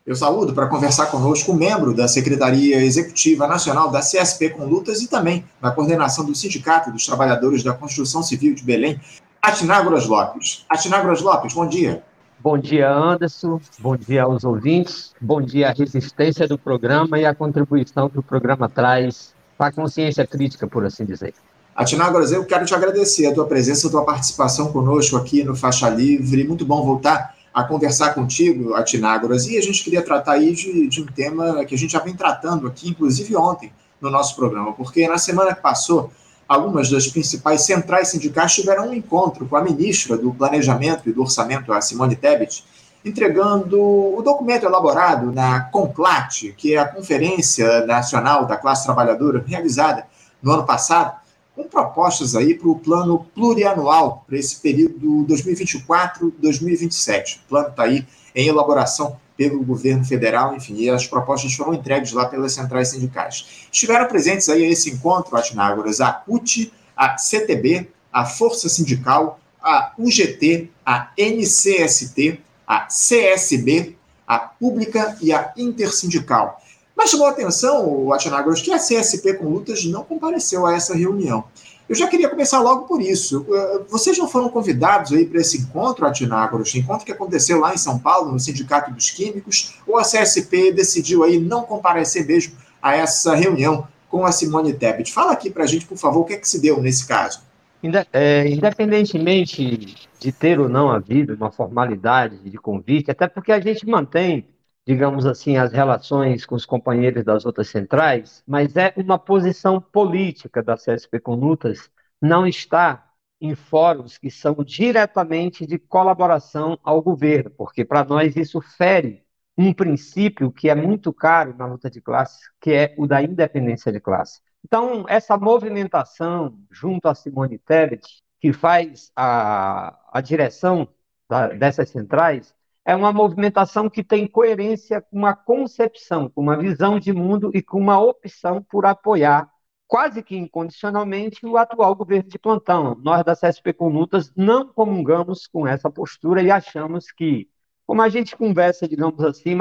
Eu saúdo para conversar conosco o membro da Secretaria Executiva Nacional da CSP com Lutas e também na coordenação do Sindicato dos Trabalhadores da Construção Civil de Belém, Atinágoras Lopes. Atinágoras Lopes, bom dia. Bom dia, Anderson. Bom dia aos ouvintes. Bom dia à resistência do programa e à contribuição que o programa traz para a consciência crítica, por assim dizer. Atinágoras, eu quero te agradecer a tua presença, a tua participação conosco aqui no Faixa Livre. Muito bom voltar a conversar contigo, Atinágoras. E a gente queria tratar aí de um tema que a gente já vem tratando aqui, inclusive ontem, no nosso programa, porque na semana que passou, algumas das principais centrais sindicais tiveram um encontro com a ministra do Planejamento e do Orçamento, a Simone Tebet, entregando o documento elaborado na CONCLAT, que é a Conferência Nacional da Classe Trabalhadora, realizada no ano passado, com propostas aí para o plano plurianual para esse período 2024-2027. O plano está aí em elaboração pelo governo federal, enfim, e as propostas foram entregues lá pelas centrais sindicais. Estiveram presentes aí a esse encontro, Atinágoras, a CUT, a CTB, a Força Sindical, a UGT, a NCST, a CSB, a Pública e a Intersindical. Mas chamou a atenção, Atinágoras, que a CSP com Lutas não compareceu a essa reunião. Eu já queria começar logo por isso. Vocês não foram convidados aí para esse encontro, Atinágoras, encontro que aconteceu lá em São Paulo, no Sindicato dos Químicos, ou a CSP decidiu aí não comparecer mesmo a essa reunião com a Simone Tebet? Fala aqui para a gente, por favor, o que é que se deu nesse caso? Independentemente de ter ou não havido uma formalidade de convite, até porque a gente mantém, digamos assim, as relações com os companheiros das outras centrais, mas é uma posição política da CSP com Lutas não estar em fóruns que são diretamente de colaboração ao governo, porque para nós isso fere um princípio que é muito caro na luta de classes, que é o da independência de classe. Então, essa movimentação junto a Simone Tebet, que faz a direção dessas centrais, é uma movimentação que tem coerência com uma concepção, com uma visão de mundo e com uma opção por apoiar, quase que incondicionalmente, o atual governo de plantão. Nós da CSP com Lutas não comungamos com essa postura e achamos que, como a gente conversa, digamos assim,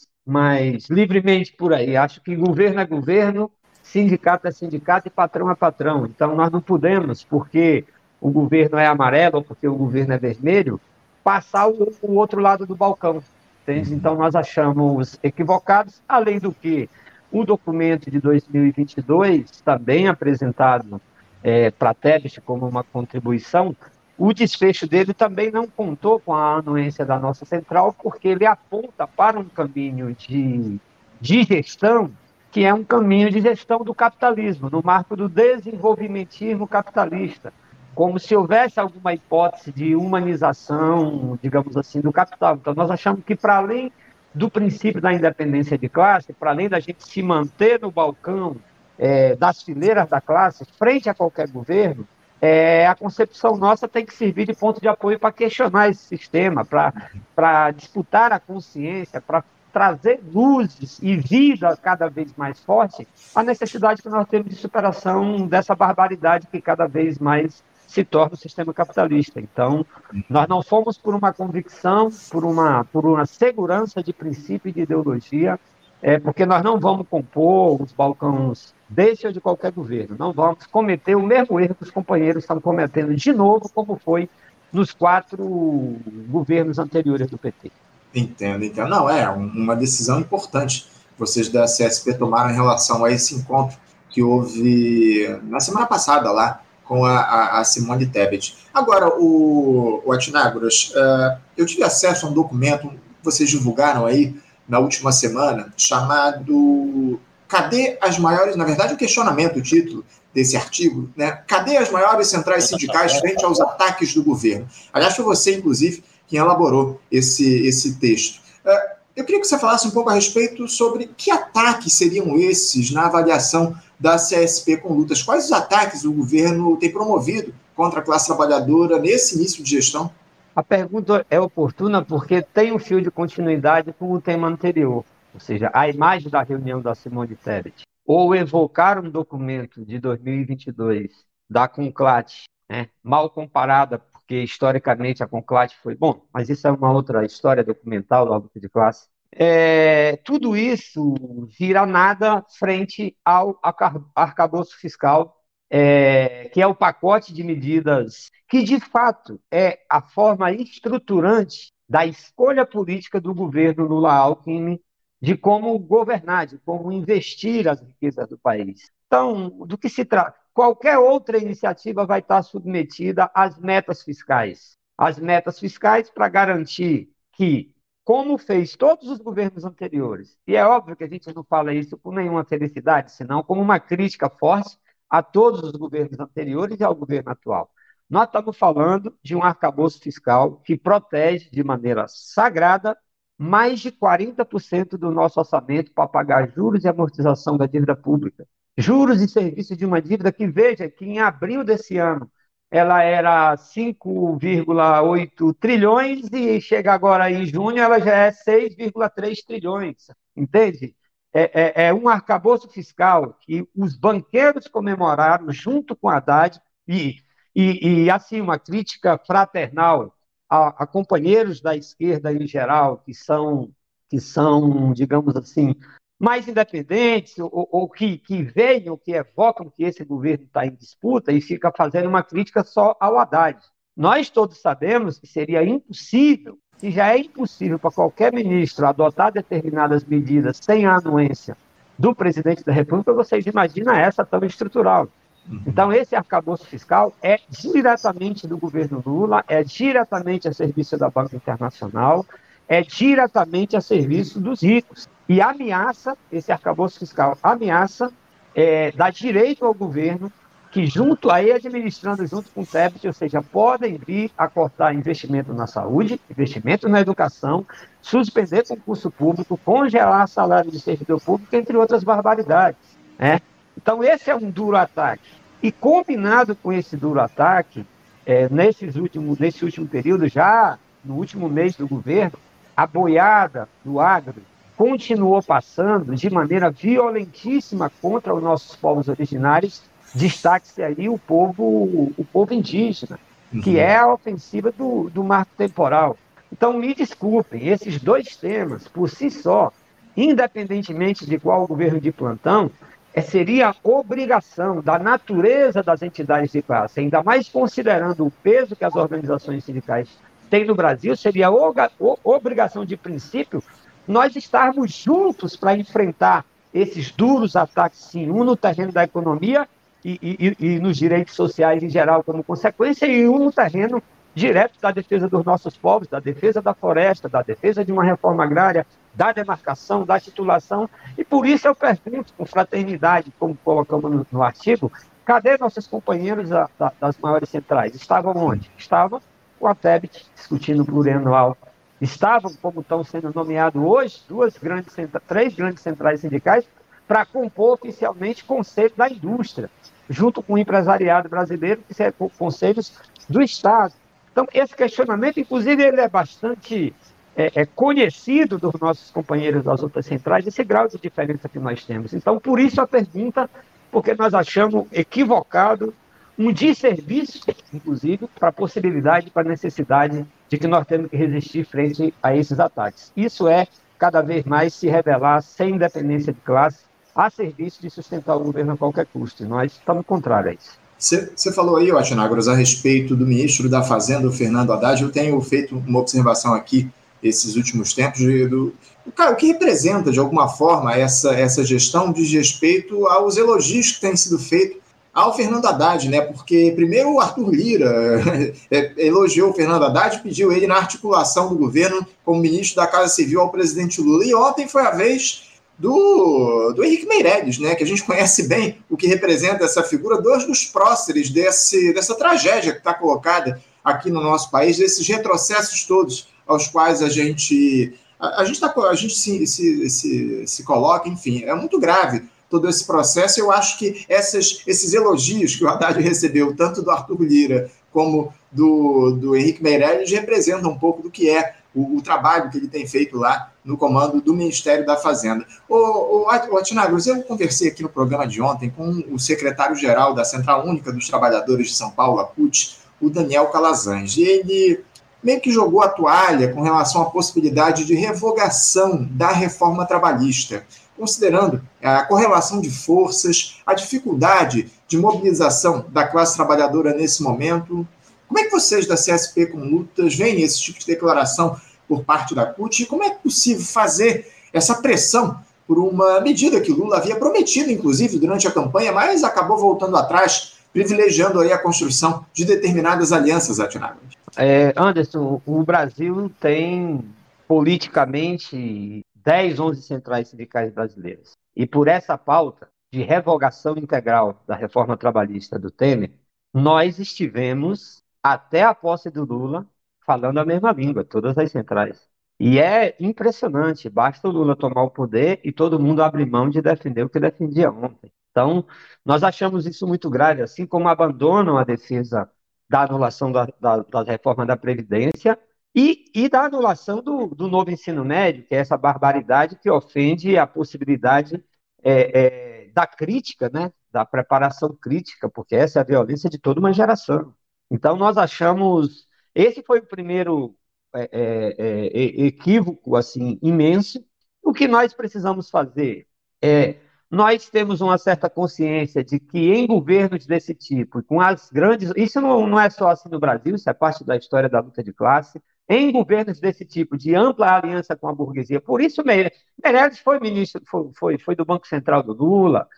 mais livremente por aí, acho que governo é governo, sindicato é sindicato e patrão é patrão. Então, nós não podemos, porque o governo é amarelo ou porque o governo é vermelho, passar o outro lado do balcão. Entende? Então, nós achamos equivocados, além do que o documento de 2022, também apresentado para a Tebet como uma contribuição, o desfecho dele também não contou com a anuência da nossa central, porque ele aponta para um caminho de gestão que é um caminho de gestão do capitalismo, no marco do desenvolvimentismo capitalista, como se houvesse alguma hipótese de humanização, digamos assim, do capital. Então, nós achamos que, para além do princípio da independência de classe, para além da gente se manter no balcão das fileiras da classe, frente a qualquer governo, a concepção nossa tem que servir de ponto de apoio para questionar esse sistema, para disputar a consciência, para trazer luzes e vida cada vez mais forte a necessidade que nós temos de superação dessa barbaridade que cada vez mais se torna o sistema capitalista. Então, nós não fomos por uma convicção, por uma segurança de princípio e de ideologia, porque nós não vamos compor os balcões desse ou de qualquer governo, não vamos cometer o mesmo erro que os companheiros estão cometendo de novo, como foi nos 4 governos anteriores do PT. Entendo, então. Não, uma decisão importante vocês da CSP tomaram em relação a esse encontro que houve na semana passada lá com a Simone Tebet. Agora, o Atinágoras, eu tive acesso a um documento que vocês divulgaram aí na última semana, chamado Cadê as maiores, na verdade o questionamento, o título desse artigo, né? Cadê as maiores centrais sindicais frente aos ataques do governo? Aliás, foi você, inclusive, quem elaborou esse texto. Eu queria que você falasse um pouco a respeito sobre que ataques seriam esses na avaliação da CSP com Lutas. Quais os ataques o governo tem promovido contra a classe trabalhadora nesse início de gestão? A pergunta é oportuna porque tem um fio de continuidade com o tema anterior, ou seja, a imagem da reunião da Simone Tebet, ou evocar um documento de 2022 da CONCLAT, né, mal comparada, porque historicamente a CONCLAT foi bom, mas isso é uma outra história documental da luta de classe. Tudo isso vira nada frente ao arcabouço fiscal, que é o pacote de medidas que, de fato, é a forma estruturante da escolha política do governo Lula-Alckmin de como governar, de como investir as riquezas do país. Então, do que se trata? Qualquer outra iniciativa vai estar submetida às metas fiscais. As metas fiscais para garantir que, como fez todos os governos anteriores, e é óbvio que a gente não fala isso com nenhuma felicidade, senão como uma crítica forte a todos os governos anteriores e ao governo atual. Nós estamos falando de um arcabouço fiscal que protege de maneira sagrada mais de 40% do nosso orçamento para pagar juros e amortização da dívida pública. Juros e serviços de uma dívida que, veja, que em abril desse ano ela era 5,8 trilhões e chega agora em junho, ela já é 6,3 trilhões, entende? É um arcabouço fiscal que os banqueiros comemoraram junto com a Haddad assim, uma crítica fraternal a companheiros da esquerda em geral, que são, digamos assim, mais independentes, ou que veem, ou que evocam que esse governo está em disputa e fica fazendo uma crítica só ao Haddad. Nós todos sabemos que seria impossível, que já é impossível para qualquer ministro adotar determinadas medidas sem a anuência do presidente da República, vocês imaginam essa tão estrutural. Então, esse arcabouço fiscal é diretamente do governo Lula, é diretamente a serviço da Banca Internacional, é diretamente a serviço dos ricos. E ameaça, esse arcabouço fiscal ameaça, dar direito ao governo que, administrando junto com o TEBT, ou seja, podem vir a cortar investimento na saúde, investimento na educação, suspender concurso público, congelar salário de servidor público, entre outras barbaridades. Né? Então, esse é um duro ataque. E combinado com esse duro ataque, nesse último período, já no último mês do governo, a boiada do agro continuou passando de maneira violentíssima contra os nossos povos originários, destaque-se aí o povo indígena, que é a ofensiva do marco temporal. Então, me desculpem, esses dois temas, por si só, independentemente de qual governo de plantão, seria obrigação da natureza das entidades de classe, ainda mais considerando o peso que as organizações sindicais têm no Brasil, seria obrigação de princípio nós estarmos juntos para enfrentar esses duros ataques, sim, um no terreno da economia e nos direitos sociais em geral como consequência, e um no terreno direto da defesa dos nossos povos, da defesa da floresta, da defesa de uma reforma agrária, da demarcação, da titulação. E por isso eu pergunto com fraternidade, como colocamos no artigo, cadê nossos companheiros das maiores centrais? Estavam onde? Estavam com a TEBT discutindo o plurianual. Estavam, como estão sendo nomeados hoje, três grandes centrais sindicais para compor oficialmente o Conselho da Indústria, junto com o empresariado brasileiro, que são conselhos do Estado. Então, esse questionamento, inclusive, ele é bastante conhecido dos nossos companheiros das outras centrais, esse grau de diferença que nós temos. Então, por isso a pergunta, porque nós achamos equivocado um desserviço, inclusive, para a possibilidade, para a necessidade de que nós temos que resistir frente a esses ataques. Isso é, cada vez mais, se revelar sem independência de classe, a serviço de sustentar o governo a qualquer custo. E nós estamos contrários a isso. Você falou aí, Atinagros, a respeito do ministro da Fazenda, o Fernando Haddad. Eu tenho feito uma observação aqui esses últimos tempos o que representa, de alguma forma, essa gestão diz respeito aos elogios que têm sido feitos ao Fernando Haddad, né? Porque primeiro o Arthur Lira elogiou o Fernando Haddad, pediu ele na articulação do governo como ministro da Casa Civil ao presidente Lula, e ontem foi a vez do Henrique Meirelles, né, que a gente conhece bem o que representa essa figura, dois dos próceres dessa tragédia que está colocada aqui no nosso país, desses retrocessos todos aos quais a gente se coloca, enfim, é muito grave todo esse processo. Eu acho que esses elogios que o Haddad recebeu, tanto do Arthur Lira como do Henrique Meirelles, representam um pouco do que é o trabalho que ele tem feito lá no comando do Ministério da Fazenda. Atinagros, eu conversei aqui no programa de ontem com o secretário-geral da Central Única dos Trabalhadores de São Paulo, a CUT, o Daniel Calazans, e ele meio que jogou a toalha com relação à possibilidade de revogação da reforma trabalhista, considerando a correlação de forças, a dificuldade de mobilização da classe trabalhadora nesse momento. Como é que vocês da CSP com Lutas veem esse tipo de declaração por parte da CUT? E como é possível fazer essa pressão por uma medida que Lula havia prometido, inclusive, durante a campanha, mas acabou voltando atrás, privilegiando aí a construção de determinadas alianças, Atinaga? Anderson, o Brasil tem politicamente 10, 11 centrais sindicais brasileiras. E por essa pauta de revogação integral da reforma trabalhista do Temer, nós estivemos, até a posse do Lula, falando a mesma língua, todas as centrais. E é impressionante, basta o Lula tomar o poder e todo mundo abrir mão de defender o que defendia ontem. Então, nós achamos isso muito grave, assim como abandonam a defesa da anulação da reforma da Previdência e da anulação do novo ensino médio, que é essa barbaridade que ofende a possibilidade da crítica, né, da preparação crítica, porque essa é a violência de toda uma geração. Então, nós achamos... Esse foi o primeiro equívoco assim, imenso. O que nós precisamos fazer é... Nós temos uma certa consciência de que em governos desse tipo, com as grandes... Isso não é só assim no Brasil, isso é parte da história da luta de classe. Em governos desse tipo, de ampla aliança com a burguesia, por isso Meirelles foi ministro, foi do Banco Central do Lula,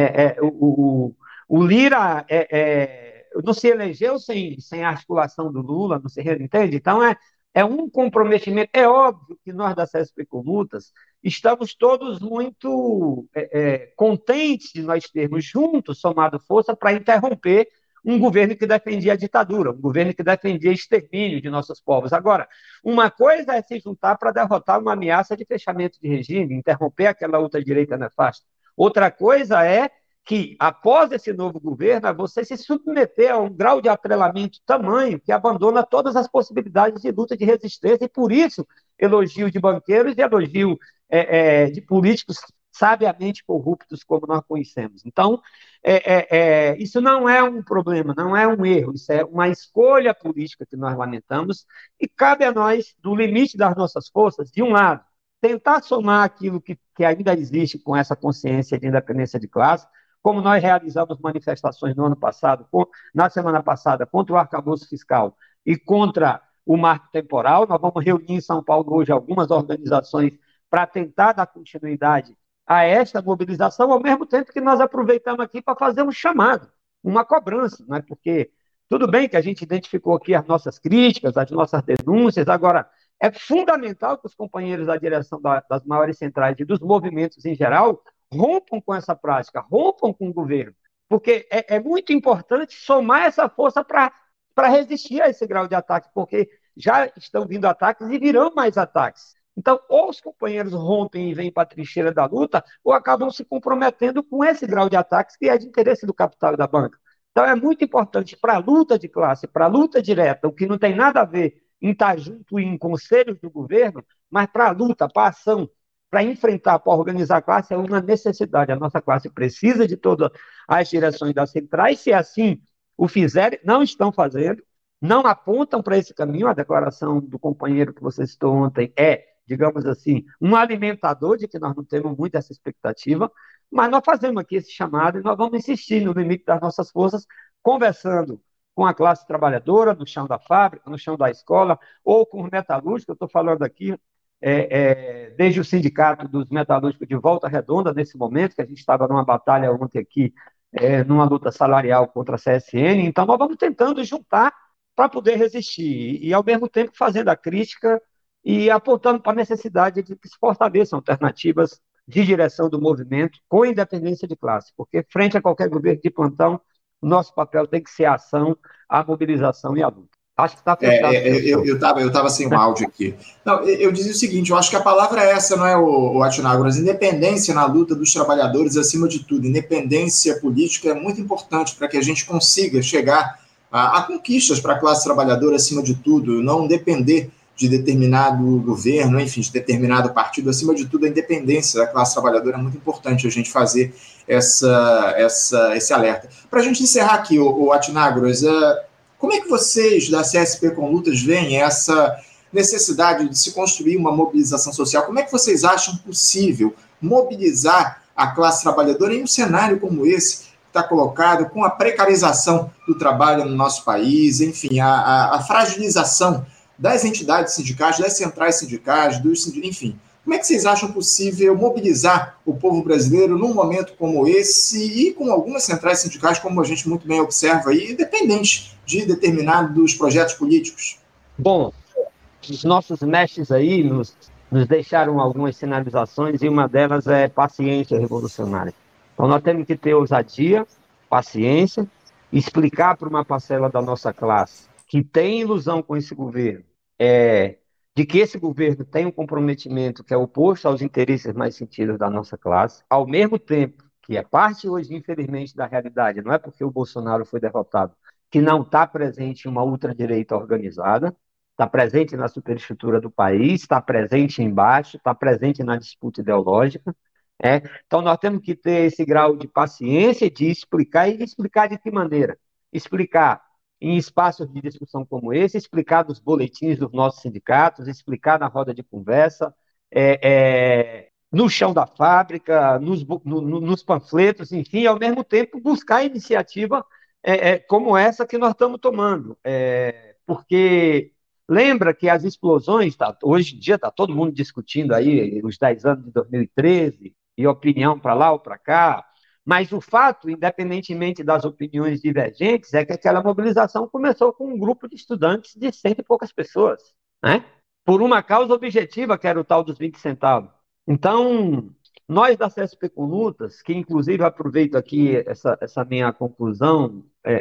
o Lira não se elegeu sem a articulação do Lula, não se entende? Então, é um comprometimento. É óbvio que nós da CSP Comutas estamos todos muito contentes de nós termos juntos somado força para interromper um governo que defendia a ditadura, um governo que defendia extermínio de nossos povos. Agora, uma coisa é se juntar para derrotar uma ameaça de fechamento de regime, interromper aquela ultradireita nefasta. Outra coisa é que, após esse novo governo, você se submeter a um grau de atrelamento tamanho que abandona todas as possibilidades de luta de resistência, e por isso elogio de banqueiros e elogio de políticos sabiamente corruptos como nós conhecemos. Então, isso não é um problema, não é um erro, isso é uma escolha política que nós lamentamos, e cabe a nós, no limite das nossas forças, de um lado, tentar somar aquilo que ainda existe com essa consciência de independência de classe, como nós realizamos manifestações no ano passado, na semana passada, contra o arcabouço fiscal e contra o marco temporal. Nós vamos reunir em São Paulo hoje algumas organizações para tentar dar continuidade a esta mobilização, ao mesmo tempo que nós aproveitamos aqui para fazer um chamado, uma cobrança, não é? Porque tudo bem que a gente identificou aqui as nossas críticas, as nossas denúncias, agora é fundamental que os companheiros da direção das maiores centrais e dos movimentos em geral rompam com essa prática, rompam com o governo, porque é muito importante somar essa força para resistir a esse grau de ataque, porque já estão vindo ataques e virão mais ataques. Então, ou os companheiros rompem e vêm para a trincheira da luta, ou acabam se comprometendo com esse grau de ataques que é de interesse do capital e da banca. Então, é muito importante para a luta de classe, para a luta direta, o que não tem nada a ver em estar junto em conselhos do governo, mas para a luta, para a ação, para enfrentar, para organizar a classe, é uma necessidade. A nossa classe precisa de todas as direções das centrais. Se assim o fizerem, não estão fazendo, não apontam para esse caminho. A declaração do companheiro que você citou ontem digamos assim, um alimentador de que nós não temos muito essa expectativa, mas nós fazemos aqui esse chamado e nós vamos insistir no limite das nossas forças, conversando com a classe trabalhadora, no chão da fábrica, no chão da escola, ou com os metalúrgicos. Eu estou falando aqui desde o sindicato dos metalúrgicos de Volta Redonda, nesse momento, que a gente estava numa batalha ontem aqui, numa luta salarial contra a CSN. Então, nós vamos tentando juntar para poder resistir, e ao mesmo tempo fazendo a crítica e apontando para a necessidade de que se fortaleçam alternativas de direção do movimento com independência de classe, porque frente a qualquer governo de plantão, o nosso papel tem que ser a ação, a mobilização e a luta. Acho que está fechado. Eu estava sem o áudio aqui. Não, eu dizia o seguinte, eu acho que a palavra é essa, não é, o Atinagoras? Independência na luta dos trabalhadores, acima de tudo. Independência política é muito importante para que a gente consiga chegar a conquistas para a classe trabalhadora, acima de tudo, não depender de determinado governo, enfim, de determinado partido. Acima de tudo, a independência da classe trabalhadora é muito importante a gente fazer esse alerta. Para a gente encerrar aqui, o Atinagoras, Como é que vocês da CSP com Lutas veem essa necessidade de se construir uma mobilização social? Como é que vocês acham possível mobilizar a classe trabalhadora em um cenário como esse que está colocado, com a precarização do trabalho no nosso país, enfim, a fragilização das entidades sindicais, das centrais sindicais, enfim. Como é que vocês acham possível mobilizar o povo brasileiro num momento como esse e com algumas centrais sindicais, como a gente muito bem observa aí, independente de determinados projetos políticos? Bom, os nossos mestres aí nos deixaram algumas sinalizações e uma delas é paciência revolucionária. Então nós temos que ter ousadia, paciência, explicar para uma parcela da nossa classe que tem ilusão com esse governo, de que esse governo tem um comprometimento que é oposto aos interesses mais sentidos da nossa classe, ao mesmo tempo que é parte hoje, infelizmente, da realidade, não é porque o Bolsonaro foi derrotado, que não está presente uma ultradireita organizada, está presente na superestrutura do país, está presente embaixo, está presente na disputa ideológica. Então, nós temos que ter esse grau de paciência de explicar, e explicar de que maneira? Explicar em espaços de discussão como esse, explicar nos boletins dos nossos sindicatos, explicar na roda de conversa, no chão da fábrica, nos panfletos, enfim, ao mesmo tempo buscar iniciativa como essa que nós estamos tomando. Porque lembra que as explosões, hoje em dia está todo mundo discutindo aí os 10 anos de 2013, e opinião para lá ou para cá, mas o fato, independentemente das opiniões divergentes, é que aquela mobilização começou com um grupo de estudantes de 100 e poucas pessoas, né? Por uma causa objetiva, que era o tal dos 20 centavos. Então, nós da CSP com Lutas, que inclusive aproveito aqui essa minha conclusão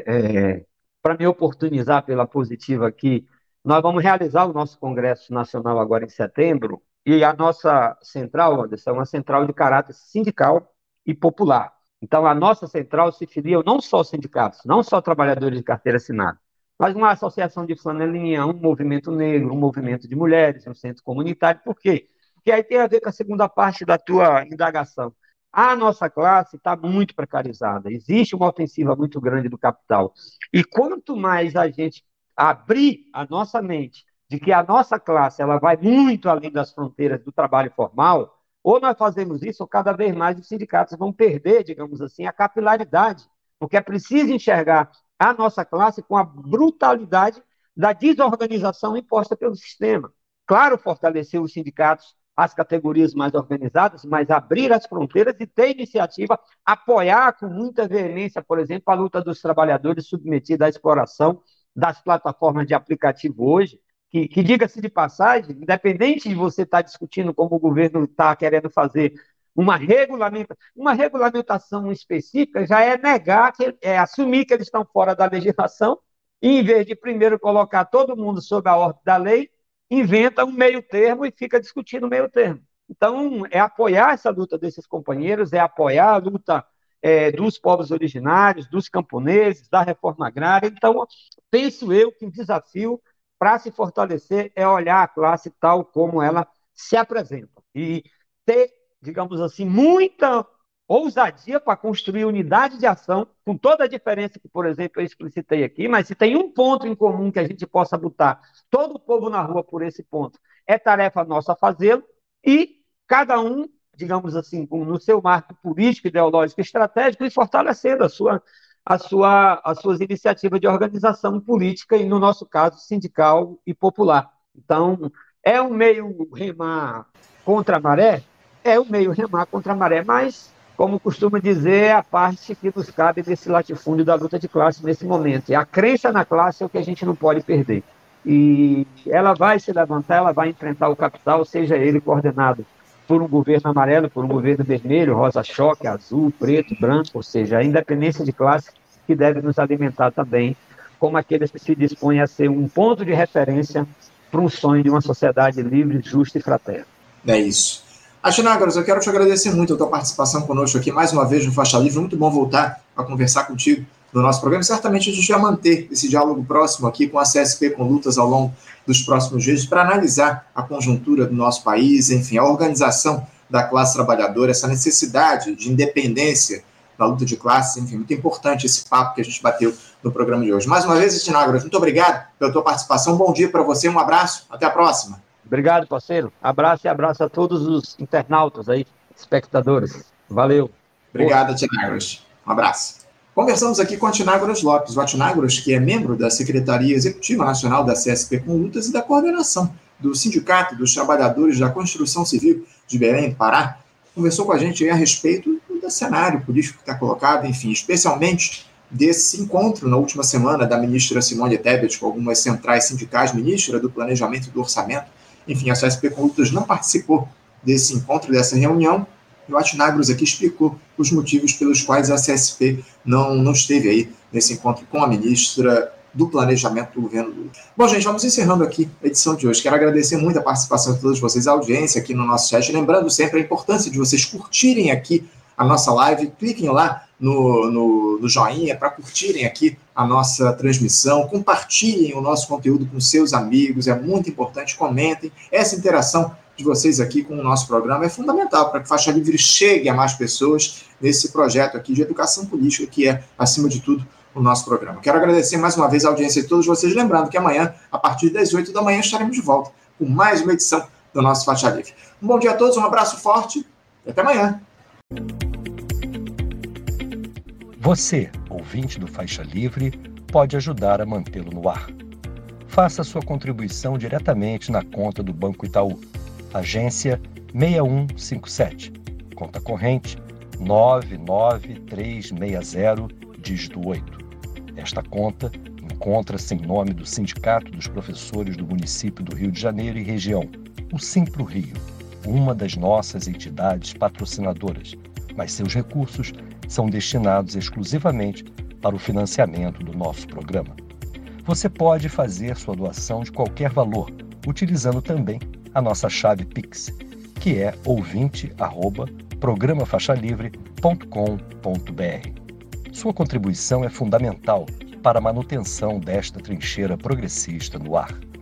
para me oportunizar pela positiva aqui, nós vamos realizar o nosso Congresso Nacional agora em setembro, e a nossa central, Anderson, é uma central de caráter sindical e popular. Então, a nossa central se filia não só aos sindicatos, não só trabalhadores de carteira assinada, mas uma associação de flanelinha, um movimento negro, um movimento de mulheres, um centro comunitário. Por quê? Porque aí tem a ver com a segunda parte da tua indagação. A nossa classe está muito precarizada, existe uma ofensiva muito grande do capital. E quanto mais a gente abrir a nossa mente de que a nossa classe ela vai muito além das fronteiras do trabalho formal, ou nós fazemos isso, ou cada vez mais os sindicatos vão perder, digamos assim, a capilaridade, porque é preciso enxergar a nossa classe com a brutalidade da desorganização imposta pelo sistema. Claro, fortalecer os sindicatos, as categorias mais organizadas, mas abrir as fronteiras e ter iniciativa, apoiar com muita veemência, por exemplo, a luta dos trabalhadores submetidos à exploração das plataformas de aplicativo hoje, que diga-se de passagem, independente de você estar discutindo como o governo está querendo fazer uma regulamentação específica, já é negar, assumir que eles estão fora da legislação, e em vez de primeiro colocar todo mundo sob a ordem da lei, inventa um meio termo e fica discutindo o meio termo. Então, é apoiar essa luta desses companheiros, é apoiar a luta dos povos originários, dos camponeses, da reforma agrária. Então, penso eu que o desafio para se fortalecer é olhar a classe tal como ela se apresenta e ter, digamos assim, muita ousadia para construir unidade de ação, com toda a diferença que, por exemplo, eu explicitei aqui, mas se tem um ponto em comum que a gente possa botar todo o povo na rua por esse ponto, é tarefa nossa fazê-lo, e cada um, digamos assim, no seu marco político, ideológico e estratégico, e fortalecendo as suas iniciativas de organização política e, no nosso caso, sindical e popular. Então, é um meio remar contra a maré? É um meio remar contra a maré, mas, como costuma dizer, é a parte que nos cabe nesse latifúndio da luta de classe nesse momento. E a crença na classe é o que a gente não pode perder. E ela vai se levantar, ela vai enfrentar o capital, seja ele coordenado por um governo amarelo, por um governo vermelho, rosa-choque, azul, preto, branco, ou seja, a independência de classe que deve nos alimentar também, como aqueles que se dispõem a ser um ponto de referência para um sonho de uma sociedade livre, justa e fraterna. É isso. Axinágaros, eu quero te agradecer muito a tua participação conosco aqui, mais uma vez no Faixa Livre. Muito bom voltar a conversar contigo no nosso programa. Certamente a gente vai manter esse diálogo próximo aqui com a CSP com Lutas ao longo dos próximos dias para analisar a conjuntura do nosso país, enfim, a organização da classe trabalhadora, essa necessidade de independência da luta de classes, enfim, muito importante esse papo que a gente bateu no programa de hoje. Mais uma vez, Etinágoras, muito obrigado pela tua participação, bom dia para você, um abraço, até a próxima. Obrigado, parceiro. Abraço e abraço a todos os internautas aí, espectadores. Valeu. Obrigado, Etinágoras. Um abraço. Conversamos aqui com o Etinágoras Lopes, o Etinágoras, que é membro da Secretaria Executiva Nacional da CSP com Lutas e da coordenação do Sindicato dos Trabalhadores da Construção Civil de Belém do Pará, conversou com a gente aí a respeito do cenário político que está colocado, enfim, especialmente desse encontro na última semana da ministra Simone Tebet com algumas centrais sindicais, ministra do Planejamento e do Orçamento. Enfim, a CSP com Lutas não participou desse encontro, dessa reunião, e o Etinágoras aqui explicou os motivos pelos quais a CSP não esteve aí nesse encontro com a ministra do Planejamento do governo Lula. Bom, gente, vamos encerrando aqui a edição de hoje. Quero agradecer muito a participação de todos vocês, a audiência aqui no nosso chat. Lembrando sempre a importância de vocês curtirem aqui a nossa live, cliquem lá no joinha para curtirem aqui a nossa transmissão, compartilhem o nosso conteúdo com seus amigos, é muito importante, comentem. Essa interação de vocês aqui com o nosso programa é fundamental para que Faixa Livre chegue a mais pessoas nesse projeto aqui de educação política, que é, acima de tudo, o nosso programa. Quero agradecer mais uma vez a audiência de todos vocês, lembrando que amanhã, a partir das 8 da manhã, estaremos de volta com mais uma edição do nosso Faixa Livre. Um bom dia a todos, um abraço forte e até amanhã. Você, ouvinte do Faixa Livre, pode ajudar a mantê-lo no ar. Faça sua contribuição diretamente na conta do Banco Itaú, agência 6157, conta corrente 99360, dígito 8. Esta conta encontra-se em nome do Sindicato dos Professores do Município do Rio de Janeiro e região, o Simpro Rio, uma das nossas entidades patrocinadoras, mas seus recursos são destinados exclusivamente para o financiamento do nosso programa. Você pode fazer sua doação de qualquer valor, utilizando também a nossa chave Pix, que é ouvinte@programafaixalivre.com.br. Sua contribuição é fundamental para a manutenção desta trincheira progressista no ar.